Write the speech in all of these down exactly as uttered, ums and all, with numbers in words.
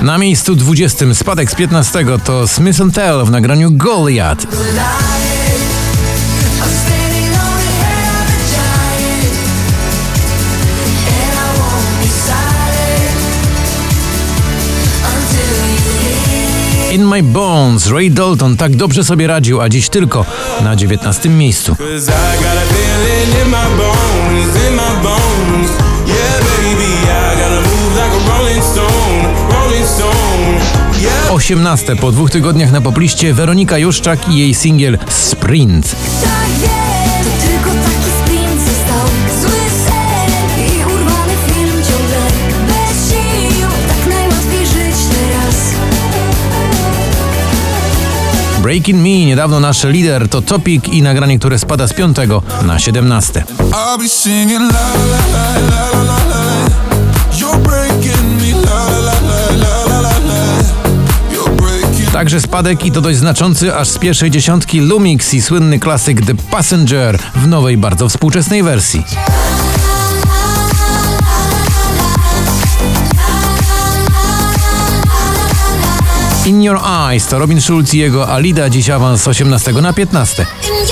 Na miejscu dwudziestym spadek z piętnastego to Smith and Tell w nagraniu Goliath. In My Bones, Ray Dalton tak dobrze sobie radził, a dziś tylko na dziewiętnastym miejscu. osiemnaste po dwóch tygodniach na popliście Weronika Juszczak i jej singiel Sprint. Breaking Me, niedawno nasz lider, to Topic i nagranie, które spada z piątego na siedemnaste. Także spadek i to dość znaczący, aż z pierwszej dziesiątki Lumix i słynny klasyk The Passenger w nowej, bardzo współczesnej wersji. In Your Eyes to Robin Schulz i jego Alida, dziś awans z osiemnastego na piętnaste.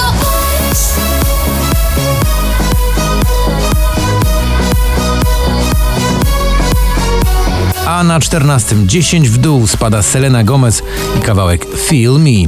A na czternastym dziesięć w dół spada Selena Gomez i kawałek Feel Me.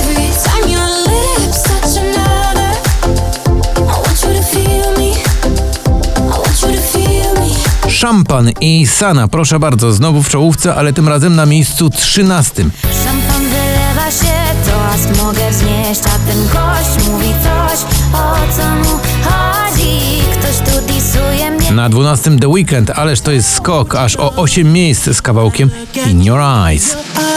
Szampan i Sana, proszę bardzo, znowu w czołówce, ale tym razem na miejscu trzynastym. Szampan wylewa się, toast mogę wznieść, a ten gość mówi coś, o co mu chodzi. Ktoś tu disuje mnie. Na dwunastym The Weeknd, ależ to jest skok aż o osiem miejsc z kawałkiem In Your Eyes.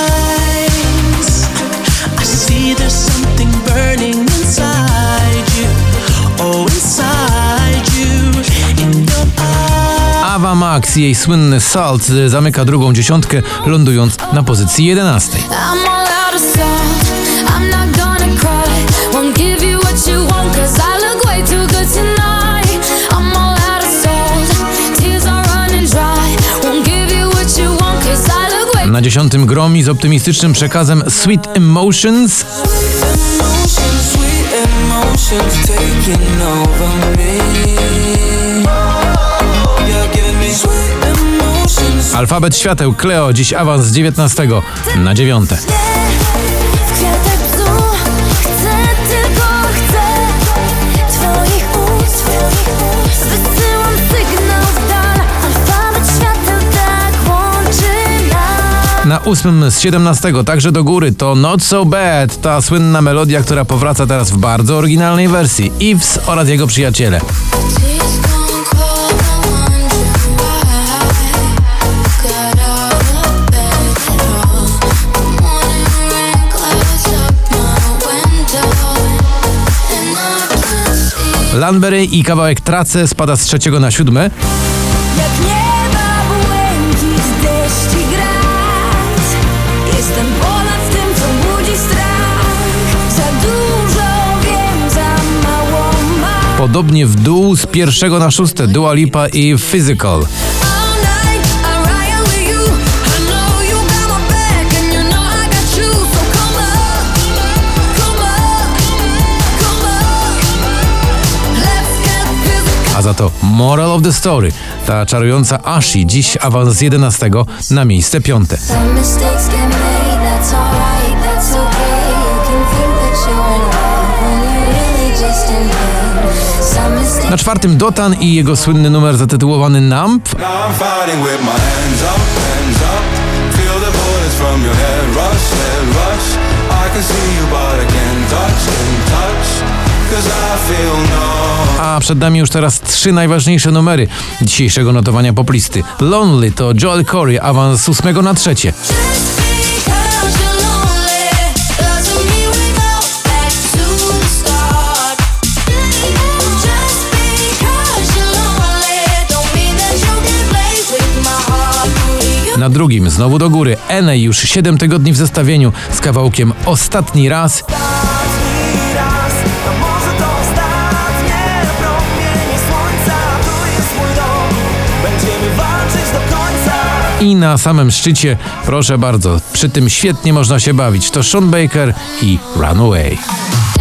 Ava Max i jej słynny Salt zamyka drugą dziesiątkę, lądując na pozycji jedenastej. Na dziesiątym Gromi z optymistycznym przekazem Sweet Emotions. Alfabet Świateł, Cleo, dziś awans z dziewiętnastego na dziewiąte. Na ósmym z siedemnastego, także do góry, to Not So Bad, ta słynna melodia, która powraca teraz w bardzo oryginalnej wersji. Yves oraz jego przyjaciele. Lanbery i kawałek Tracę spada z trzeciego na siódme. Jak nieba błękit deszcz i grać, jestem ponad tym, co budzi strach. Za dużo wiem, za mało mam. Podobnie w dół z pierwszego na szóste Dua Lipa i Physical. A za to Moral of the Story, ta czarująca Ashi, dziś awans z jedenastego na miejsce piąte. Na czwartym Dotan i jego słynny numer zatytułowany Numb. A przed nami już teraz trzy najważniejsze numery dzisiejszego notowania poplisty. Lonely to Joel Corey, awans z ósmego na trzecie. Na drugim znowu do góry Ene, już siedem tygodni w zestawieniu z kawałkiem Ostatni raz. I na samym szczycie, proszę bardzo, przy tym świetnie można się bawić. To Sean Baker i Runaway.